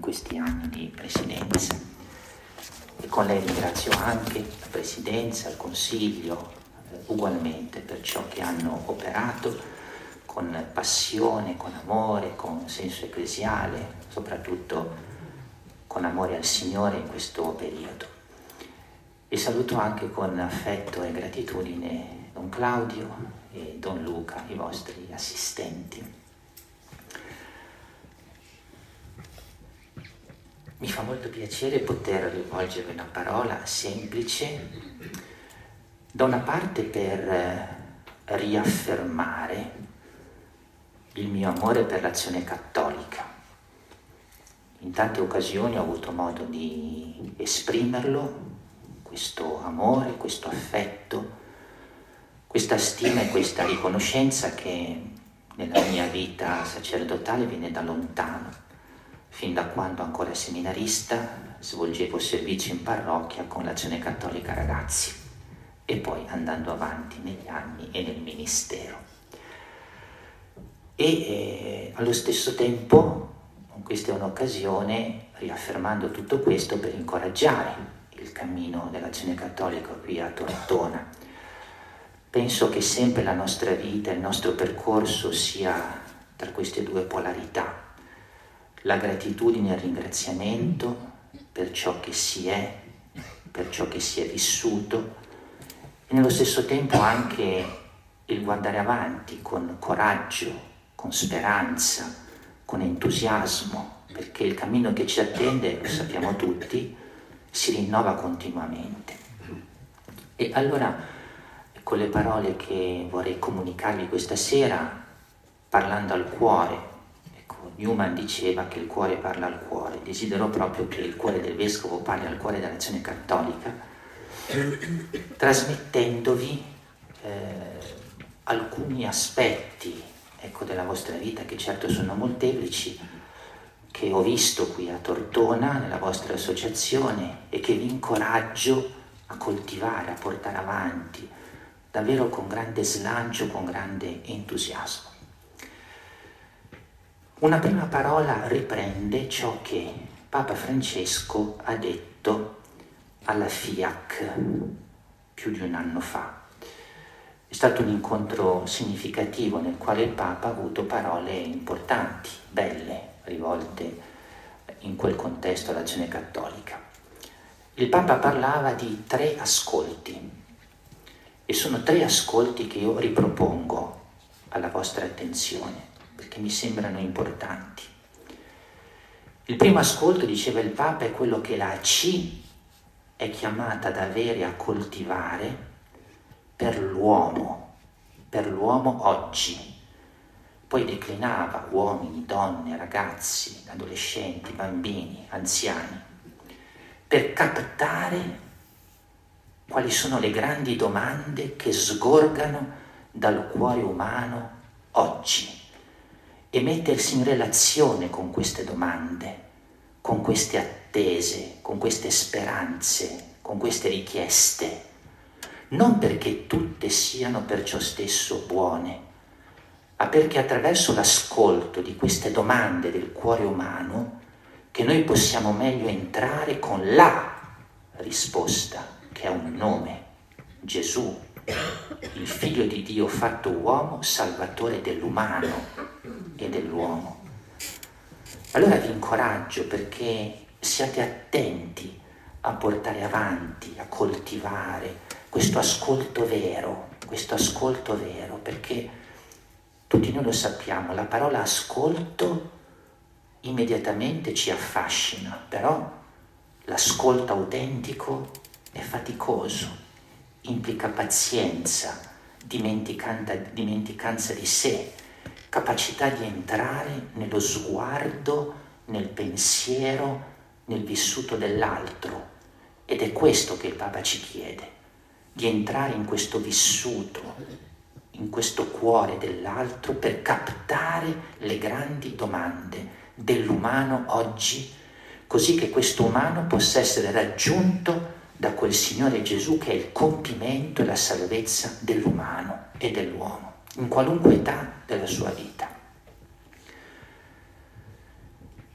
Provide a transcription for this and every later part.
questi anni di presidenza. E con lei ringrazio anche la Presidenza, il Consiglio, ugualmente per ciò che hanno operato con passione, con amore, con senso ecclesiale, soprattutto con amore al Signore in questo periodo. E saluto anche con affetto e gratitudine Don Claudio e Don Luca, i vostri assistenti. Mi fa molto piacere poter rivolgere una parola semplice, da una parte per riaffermare il mio amore per l'Azione Cattolica. In tante occasioni ho avuto modo di esprimerlo, questo amore, questo affetto, questa stima e questa riconoscenza che nella mia vita sacerdotale viene da lontano. Fin da quando ancora seminarista svolgevo servizio in parrocchia con l'Azione Cattolica Ragazzi e poi andando avanti negli anni e nel ministero. E allo stesso tempo, questa è un'occasione, riaffermando tutto questo, per incoraggiare il cammino dell'Azione Cattolica qui a Tortona. Penso che sempre la nostra vita, il nostro percorso sia tra queste due polarità. La gratitudine e il ringraziamento per ciò che si è, per ciò che si è vissuto, e nello stesso tempo anche il guardare avanti con coraggio, con speranza, con entusiasmo, perché il cammino che ci attende, lo sappiamo tutti, si rinnova continuamente. E allora, con le parole che vorrei comunicarvi questa sera, parlando al cuore, Newman diceva che il cuore parla al cuore. Desidero proprio che il cuore del Vescovo parli al cuore dell'Azione Cattolica, trasmettendovi alcuni aspetti della vostra vita, che certo sono molteplici, che ho visto qui a Tortona, nella vostra associazione, e che vi incoraggio a coltivare, a portare avanti, davvero con grande slancio, con grande entusiasmo. Una prima parola riprende ciò che Papa Francesco ha detto alla FIAC più di un anno fa. È stato un incontro significativo nel quale il Papa ha avuto parole importanti, belle, rivolte in quel contesto all'Azione Cattolica. Il Papa parlava di 3 ascolti, e sono 3 ascolti che io ripropongo alla vostra attenzione, perché mi sembrano importanti. Il primo ascolto, diceva il Papa, è quello che la AC è chiamata ad avere e a coltivare per l'uomo oggi. Poi declinava uomini, donne, ragazzi, adolescenti, bambini, anziani, per captare quali sono le grandi domande che sgorgano dal cuore umano oggi, e mettersi in relazione con queste domande, con queste attese, con queste speranze, con queste richieste, non perché tutte siano per ciò stesso buone, ma perché attraverso l'ascolto di queste domande del cuore umano che noi possiamo meglio entrare con la risposta, che ha un nome: Gesù, il Figlio di Dio fatto uomo, Salvatore dell'umano e dell'uomo. Allora vi incoraggio perché siate attenti a portare avanti, a coltivare questo ascolto vero, perché tutti noi lo sappiamo, la parola ascolto immediatamente ci affascina, però l'ascolto autentico è faticoso, implica pazienza, dimenticanza di sé, capacità di entrare nello sguardo, nel pensiero, nel vissuto dell'altro. Ed è questo che il Papa ci chiede, di entrare in questo vissuto, in questo cuore dell'altro, per captare le grandi domande dell'umano oggi, così che questo umano possa essere raggiunto da quel Signore Gesù che è il compimento e la salvezza dell'umano e dell'uomo, in qualunque età della sua vita.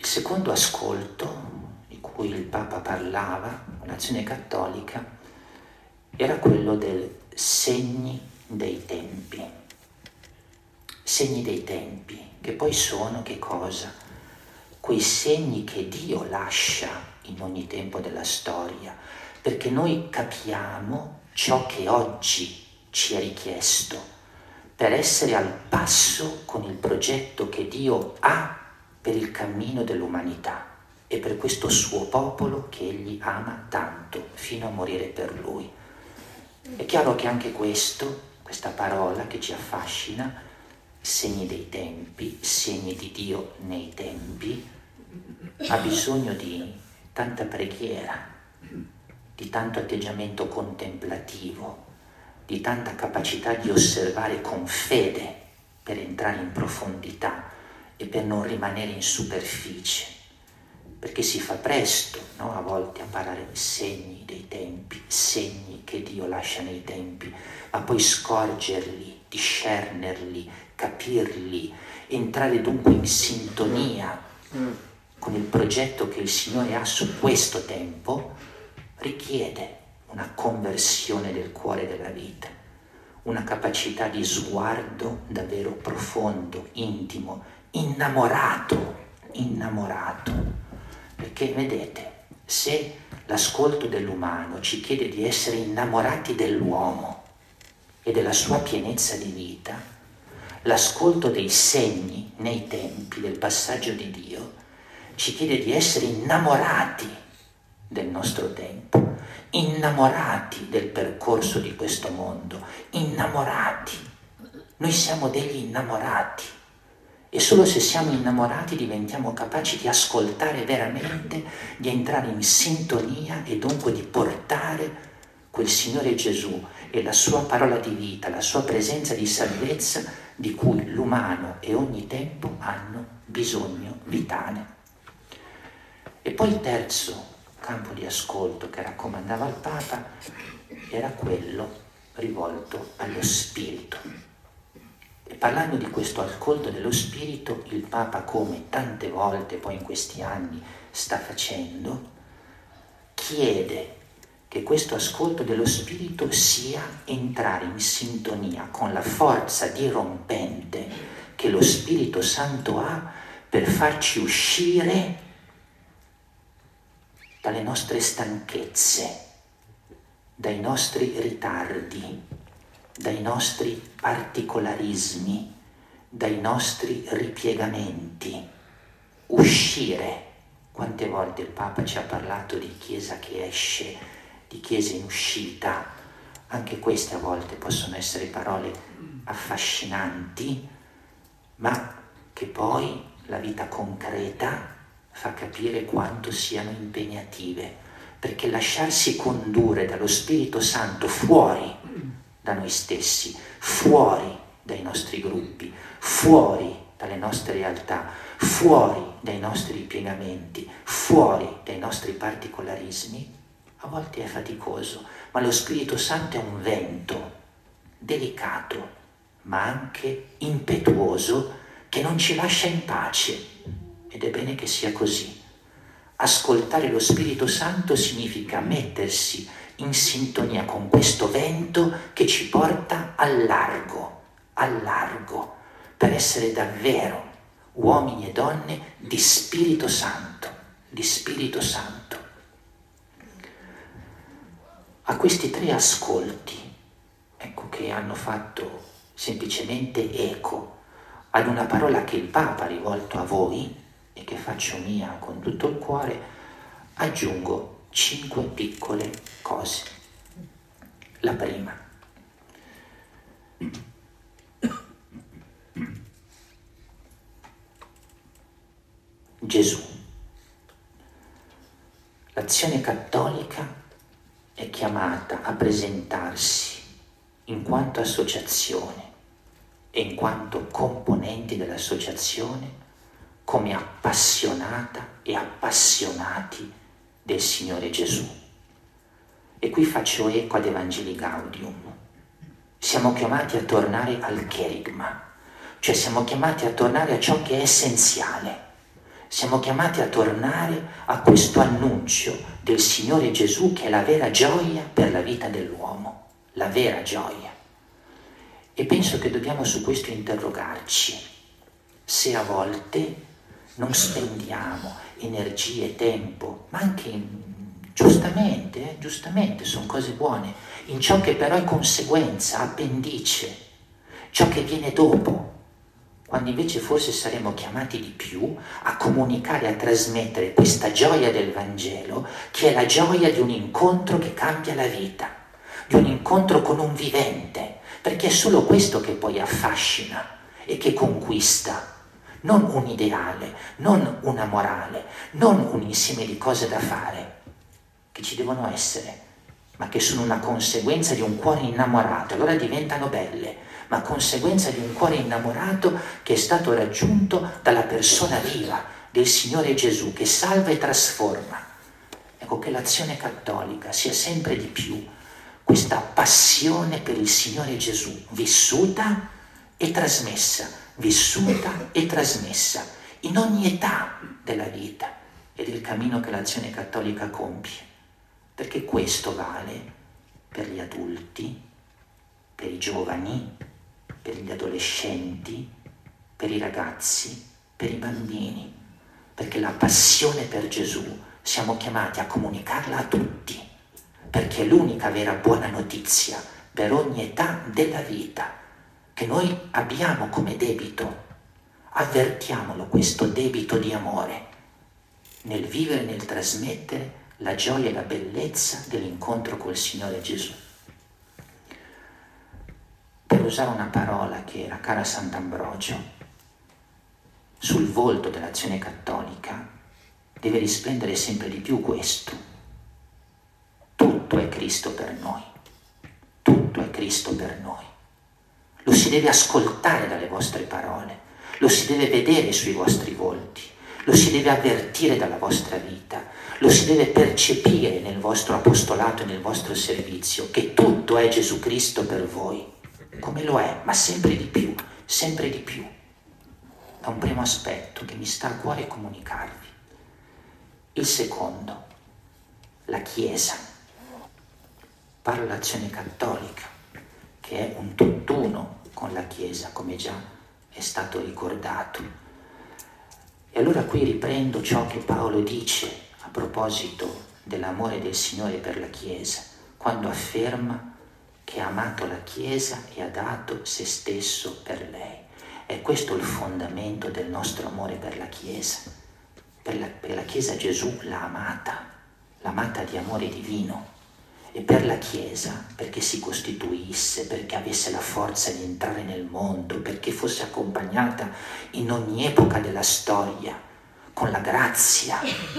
Il secondo ascolto di cui il Papa parlava, un'azione cattolica, era quello del segni dei tempi. Segni dei tempi, che poi sono che cosa? Quei segni che Dio lascia in ogni tempo della storia, perché noi capiamo ciò che oggi ci è richiesto per essere al passo con il progetto che Dio ha per il cammino dell'umanità e per questo suo popolo che Egli ama tanto fino a morire per Lui. È chiaro che anche questa parola che ci affascina, segni dei tempi, segni di Dio nei tempi, ha bisogno di tanta preghiera, di tanto atteggiamento contemplativo, di tanta capacità di osservare con fede per entrare in profondità e per non rimanere in superficie, perché si fa presto, no? A volte a parlare di segni dei tempi, segni che Dio lascia nei tempi, ma poi scorgerli, discernerli, capirli, entrare dunque in sintonia con il progetto che il Signore ha su questo tempo, richiede una conversione del cuore della vita, una capacità di sguardo davvero profondo, intimo, innamorato, perché vedete, se l'ascolto dell'umano ci chiede di essere innamorati dell'uomo e della sua pienezza di vita, l'ascolto dei segni nei tempi del passaggio di Dio ci chiede di essere innamorati del nostro tempo, innamorati del percorso di questo mondo, innamorati. Noi siamo degli innamorati e solo se siamo innamorati diventiamo capaci di ascoltare veramente, di entrare in sintonia e dunque di portare quel Signore Gesù e la sua parola di vita, la sua presenza di salvezza di cui l'umano e ogni tempo hanno bisogno vitale. E poi il terzo campo di ascolto che raccomandava il Papa era quello rivolto allo Spirito. E parlando di questo ascolto dello Spirito, il Papa, come tante volte poi in questi anni sta facendo, chiede che questo ascolto dello Spirito sia entrare in sintonia con la forza dirompente che lo Spirito Santo ha per farci uscire dalle nostre stanchezze, dai nostri ritardi, dai nostri particolarismi, dai nostri ripiegamenti, uscire. Quante volte il Papa ci ha parlato di Chiesa che esce, di Chiesa in uscita. Anche queste a volte possono essere parole affascinanti, ma che poi la vita concreta fa capire quanto siano impegnative, perché lasciarsi condurre dallo Spirito Santo fuori da noi stessi, fuori dai nostri gruppi, fuori dalle nostre realtà, fuori dai nostri ripiegamenti, fuori dai nostri particolarismi, a volte è faticoso, ma lo Spirito Santo è un vento delicato, ma anche impetuoso, che non ci lascia in pace. Ed è bene che sia così. Ascoltare lo Spirito Santo significa mettersi in sintonia con questo vento che ci porta al largo, per essere davvero uomini e donne di Spirito Santo, di Spirito Santo. A questi tre ascolti, ecco, che hanno fatto semplicemente eco ad una parola che il Papa ha rivolto a voi e che faccio mia con tutto il cuore, aggiungo 5 piccole cose. La prima: Gesù. L'azione cattolica è chiamata a presentarsi in quanto associazione e in quanto componenti dell'associazione come appassionata e appassionati del Signore Gesù. E qui faccio eco ad Evangelii Gaudium. Siamo chiamati a tornare al cherigma, cioè siamo chiamati a tornare a ciò che è essenziale. Siamo chiamati a tornare a questo annuncio del Signore Gesù, che è la vera gioia per la vita dell'uomo, la vera gioia. E penso che dobbiamo su questo interrogarci, se a volte non spendiamo energie e tempo, ma anche giustamente, sono cose buone, in ciò che però è conseguenza, appendice, ciò che viene dopo, quando invece forse saremo chiamati di più a comunicare, a trasmettere questa gioia del Vangelo, che è la gioia di un incontro che cambia la vita, di un incontro con un vivente, perché è solo questo che poi affascina e che conquista, non un ideale, non una morale, non un insieme di cose da fare, che ci devono essere, ma che sono una conseguenza di un cuore innamorato, allora diventano belle, ma conseguenza di un cuore innamorato che è stato raggiunto dalla persona viva del Signore Gesù, che salva e trasforma. Ecco, che l'azione cattolica sia sempre di più questa passione per il Signore Gesù, vissuta e trasmessa, in ogni età della vita e del cammino che l'azione cattolica compie, perché questo vale per gli adulti, per i giovani, per gli adolescenti, per i ragazzi, per i bambini, perché la passione per Gesù siamo chiamati a comunicarla a tutti, perché è l'unica vera buona notizia per ogni età della vita che noi abbiamo come debito. Avvertiamolo questo debito di amore nel vivere e nel trasmettere la gioia e la bellezza dell'incontro col Signore Gesù. Per usare una parola che era cara a Sant'Ambrogio, sul volto dell'azione cattolica deve risplendere sempre di più questo: tutto è Cristo per noi, tutto è Cristo per noi. Lo si deve ascoltare dalle vostre parole, lo si deve vedere sui vostri volti, lo si deve avvertire dalla vostra vita, lo si deve percepire nel vostro apostolato e nel vostro servizio, che tutto è Gesù Cristo per voi, come lo è, ma sempre di più, sempre di più. È un primo aspetto che mi sta a cuore comunicarvi. Il secondo, la Chiesa. Parlo dell'azione cattolica, che è un tutt'uno con la Chiesa, come già è stato ricordato. E allora qui riprendo ciò che Paolo dice a proposito dell'amore del Signore per la Chiesa, quando afferma che ha amato la Chiesa e ha dato se stesso per lei. È questo il fondamento del nostro amore per la Chiesa. Per la Chiesa Gesù l'ha amata di amore divino. E per la Chiesa, perché si costituisse, perché avesse la forza di entrare nel mondo, perché fosse accompagnata in ogni epoca della storia con la grazia,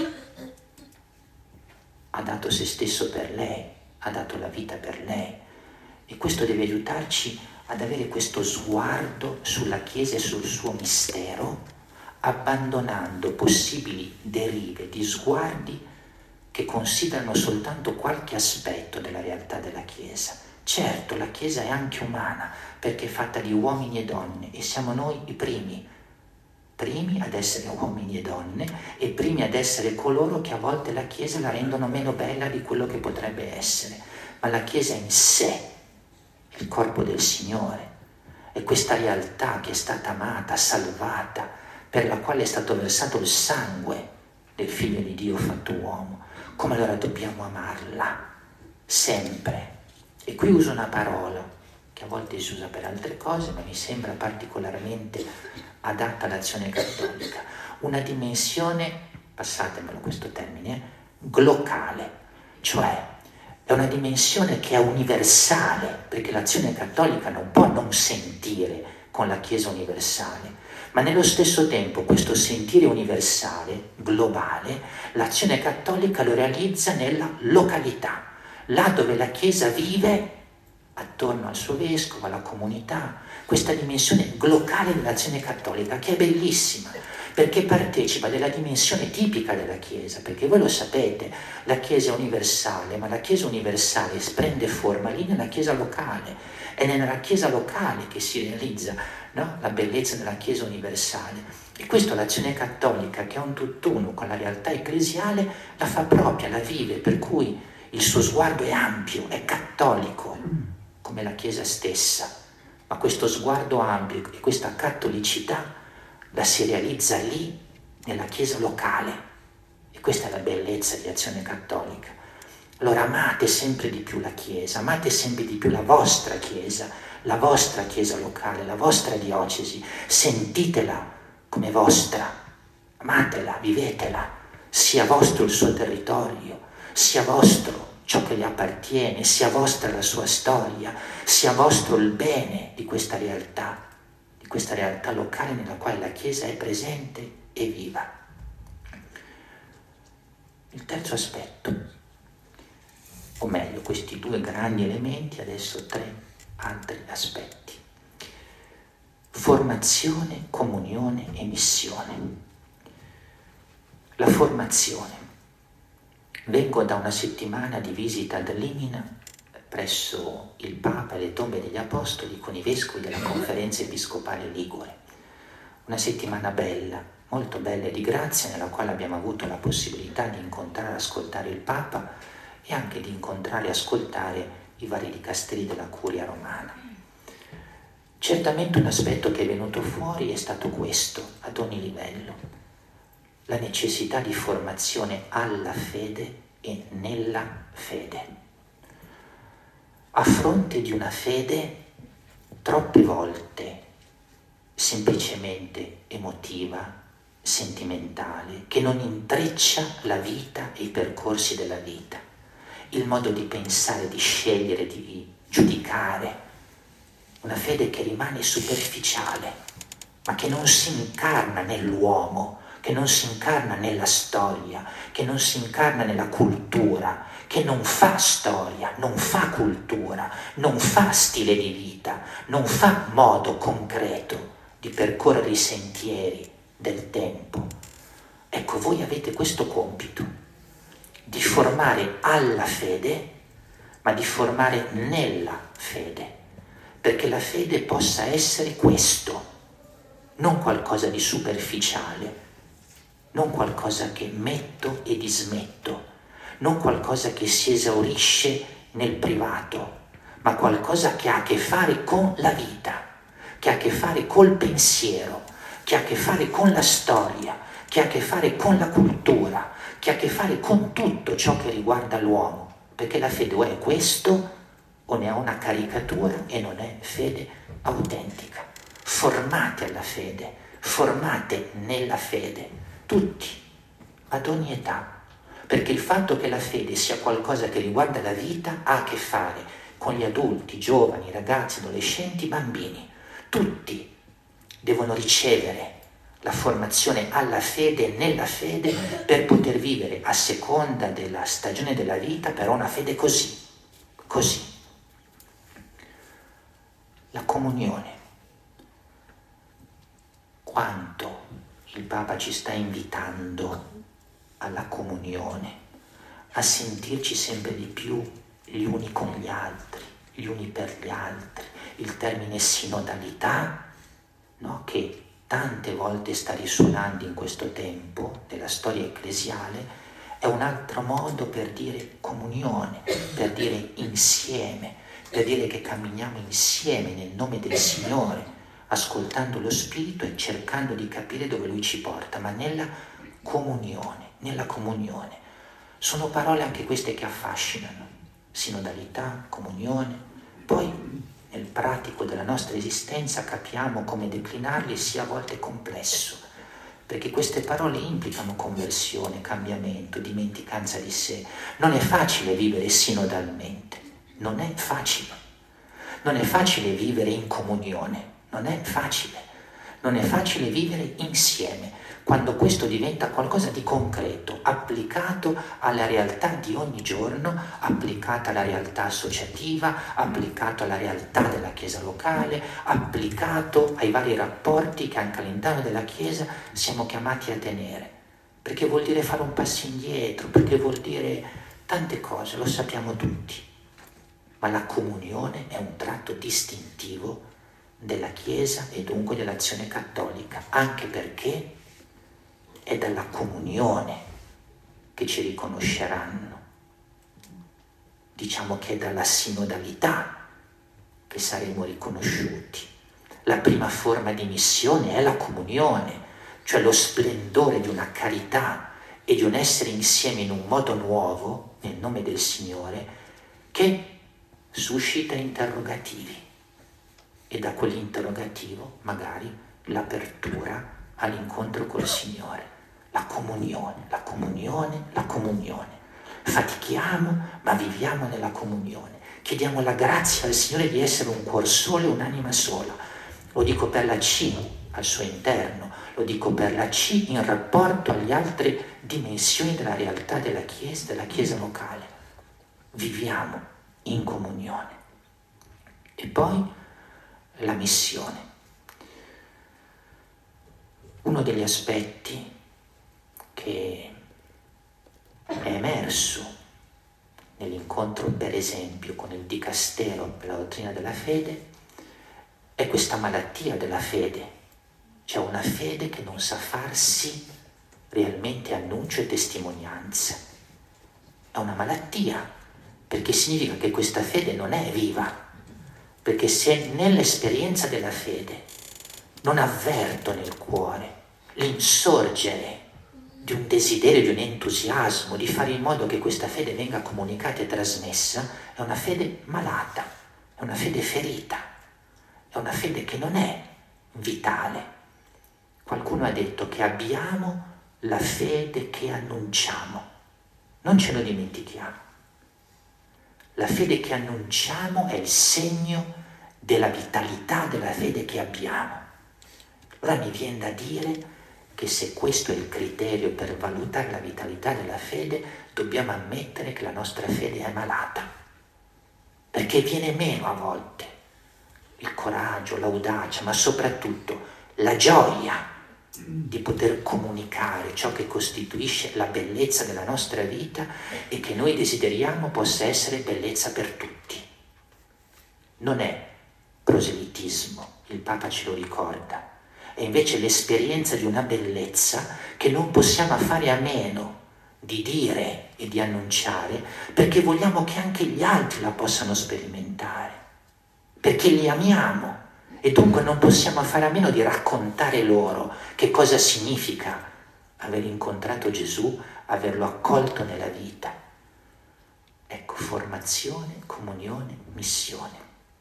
ha dato se stesso per lei, ha dato la vita per lei. E questo deve aiutarci ad avere questo sguardo sulla Chiesa e sul suo mistero, abbandonando possibili derive di sguardi che considerano soltanto qualche aspetto della realtà della Chiesa. Certo, la Chiesa è anche umana, perché è fatta di uomini e donne, e siamo noi i primi ad essere uomini e donne, e primi ad essere coloro che a volte la Chiesa la rendono meno bella di quello che potrebbe essere. Ma la Chiesa in sé, il corpo del Signore, è questa realtà che è stata amata, salvata, per la quale è stato versato il sangue del Figlio di Dio fatto uomo. Come allora dobbiamo amarla sempre. E qui uso una parola che a volte si usa per altre cose, ma mi sembra particolarmente adatta all'azione cattolica, una dimensione, passatemelo questo termine, glocale, cioè è una dimensione che è universale, perché l'azione cattolica non può non sentire con la Chiesa universale, ma nello stesso tempo questo sentire universale, globale, l'azione cattolica lo realizza nella località, là dove la Chiesa vive attorno al suo vescovo, alla comunità, questa dimensione glocale dell'azione cattolica che è bellissima, perché partecipa della dimensione tipica della Chiesa, perché voi lo sapete, la Chiesa è universale, ma la Chiesa universale prende forma lì nella Chiesa locale, è nella Chiesa locale che si realizza, no? La bellezza della Chiesa universale. E questo l'Azione Cattolica, che è un tutt'uno con la realtà ecclesiale, la fa propria, la vive, per cui il suo sguardo è ampio, è cattolico, come la Chiesa stessa. Ma questo sguardo ampio e questa cattolicità la si realizza lì, nella Chiesa locale. E questa è la bellezza di Azione Cattolica. Allora amate sempre di più la Chiesa, amate sempre di più la vostra Chiesa locale, la vostra diocesi, sentitela come vostra, amatela, vivetela, sia vostro il suo territorio, sia vostro ciò che gli appartiene, sia vostra la sua storia, sia vostro il bene di questa realtà locale nella quale la Chiesa è presente e viva. Il terzo aspetto, o meglio, questi due grandi elementi, adesso tre altri aspetti. Formazione, comunione e missione. La formazione. Vengo da una settimana di visita ad Limina presso il Papa e le tombe degli Apostoli con i vescovi della Conferenza Episcopale Ligure. Una settimana bella, molto bella e di grazia, nella quale abbiamo avuto la possibilità di incontrare e ascoltare il Papa e anche di incontrare e ascoltare i vari dicasteri della Curia Romana. Certamente un aspetto che è venuto fuori è stato questo, ad ogni livello, la necessità di formazione alla fede e nella fede. A fronte di una fede troppe volte semplicemente emotiva, sentimentale, che non intreccia la vita e i percorsi della vita, il modo di pensare, di scegliere, di giudicare, una fede che rimane superficiale, ma che non si incarna nell'uomo, che non si incarna nella storia, che non si incarna nella cultura, che non fa storia, non fa cultura, non fa stile di vita, non fa modo concreto di percorrere i sentieri del tempo. Ecco, voi avete questo compito di formare alla fede, ma di formare nella fede, perché la fede possa essere questo, non qualcosa di superficiale, non qualcosa che metto e dismetto, non qualcosa che si esaurisce nel privato, ma qualcosa che ha a che fare con la vita, che ha a che fare col pensiero, che ha a che fare con la storia, che ha a che fare con la cultura, che ha a che fare con tutto ciò che riguarda l'uomo, perché la fede o è questo o ne ha una caricatura e non è fede autentica. Formate alla fede, formate nella fede, tutti, ad ogni età, perché il fatto che la fede sia qualcosa che riguarda la vita ha a che fare con gli adulti, giovani, ragazzi, adolescenti, bambini. Tutti devono ricevere la formazione alla fede e nella fede per poter vivere a seconda della stagione della vita, però una fede così. La comunione. Quanto il Papa ci sta invitando alla comunione, a sentirci sempre di più gli uni con gli altri, gli uni per gli altri. Il termine sinodalità, no, che tante volte sta risuonando in questo tempo della storia ecclesiale, è un altro modo per dire comunione, per dire insieme, per dire che camminiamo insieme nel nome del Signore, ascoltando lo Spirito e cercando di capire dove Lui ci porta, ma nella comunione, nella comunione. Sono parole anche queste che affascinano, sinodalità, comunione. Poi nel pratico della nostra esistenza capiamo come declinarli, sia a volte complesso, perché queste parole implicano conversione, cambiamento, dimenticanza di sé. Non è facile vivere sinodalmente, non è facile. Non è facile vivere in comunione, non è facile vivere insieme, quando questo diventa qualcosa di concreto, applicato alla realtà di ogni giorno, applicato alla realtà associativa, applicato alla realtà della Chiesa locale, applicato ai vari rapporti che anche all'interno della Chiesa siamo chiamati a tenere, perché vuol dire fare un passo indietro, perché vuol dire tante cose, lo sappiamo tutti, ma la comunione è un tratto distintivo della Chiesa e dunque dell'azione cattolica, anche perché è dalla comunione che ci riconosceranno. Diciamo che è dalla sinodalità che saremo riconosciuti. La prima forma di missione è la comunione, cioè lo splendore di una carità e di un essere insieme in un modo nuovo, nel nome del Signore, che suscita interrogativi. E da quell'interrogativo magari l'apertura all'incontro col Signore. La comunione, la comunione, la comunione. Fatichiamo, ma viviamo nella comunione. Chiediamo la grazia al Signore di essere un cuor solo e un'anima sola. Lo dico per la C al suo interno, lo dico per la C in rapporto alle altre dimensioni della realtà della Chiesa locale. Viviamo in comunione. E poi la missione. Uno degli aspetti che è emerso nell'incontro, per esempio, con il dicastero per la dottrina della fede è questa malattia della fede, cioè una fede che non sa farsi realmente annuncio e testimonianza. È una malattia, perché significa che questa fede non è viva, perché se nell'esperienza della fede non avverto nel cuore l'insorgere di un desiderio, di un entusiasmo, di fare in modo che questa fede venga comunicata e trasmessa, è una fede malata, è una fede ferita, è una fede che non è vitale. Qualcuno ha detto che abbiamo la fede che annunciamo, non ce lo dimentichiamo. La fede che annunciamo è il segno della vitalità della fede che abbiamo. Allora mi viene da dire che se questo è il criterio per valutare la vitalità della fede, dobbiamo ammettere che la nostra fede è malata, perché viene meno a volte il coraggio, l'audacia, ma soprattutto la gioia di poter comunicare ciò che costituisce la bellezza della nostra vita e che noi desideriamo possa essere bellezza per tutti. Non è proselitismo, il Papa ce lo ricorda, è invece l'esperienza di una bellezza che non possiamo fare a meno di dire e di annunciare, perché vogliamo che anche gli altri la possano sperimentare, perché li amiamo e dunque non possiamo fare a meno di raccontare loro che cosa significa aver incontrato Gesù, averlo accolto nella vita. Ecco, formazione, comunione, missione.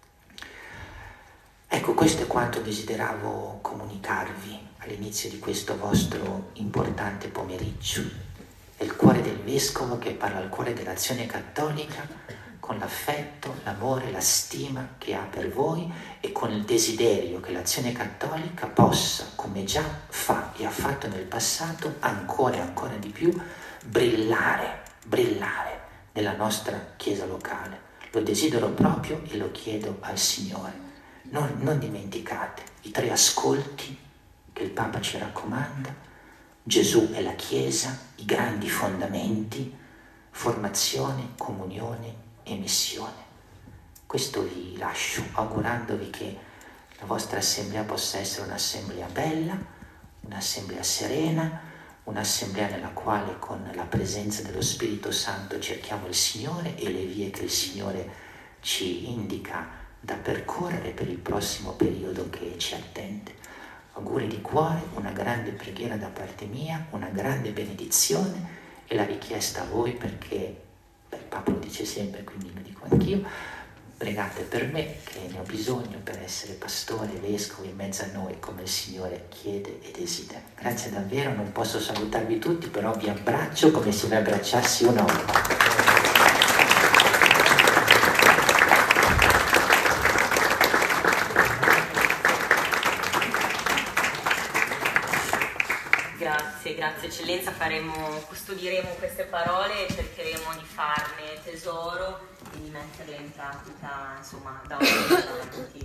Ecco, questo è quanto desideravo comunicarvi all'inizio di questo vostro importante pomeriggio. È il cuore del Vescovo che parla al cuore dell'azione cattolica con l'affetto, l'amore, la stima che ha per voi e con il desiderio che l'azione cattolica possa, come già fa e ha fatto nel passato, ancora e ancora di più, brillare nella nostra Chiesa locale. Lo desidero proprio e lo chiedo al Signore. Non dimenticate i 3 ascolti che il Papa ci raccomanda: Gesù e la Chiesa, i grandi fondamenti, formazione, comunione e missione. Questo vi lascio augurandovi che la vostra assemblea possa essere un'assemblea bella, un'assemblea serena, un'assemblea nella quale con la presenza dello Spirito Santo cerchiamo il Signore e le vie che il Signore ci indica da percorrere per il prossimo periodo che ci attende. Auguri di cuore, una grande preghiera da parte mia, una grande benedizione e la richiesta a voi, perché il Papa lo dice sempre, quindi lo dico anch'io: pregate per me che ne ho bisogno per essere pastore, vescovo in mezzo a noi come il Signore chiede e desidera. Grazie davvero, non posso salutarvi tutti, però vi abbraccio come se vi abbracciassi una volta. Grazie Eccellenza, custodiremo queste parole e cercheremo di farne tesoro e di metterle in pratica, insomma, da oggi in avanti.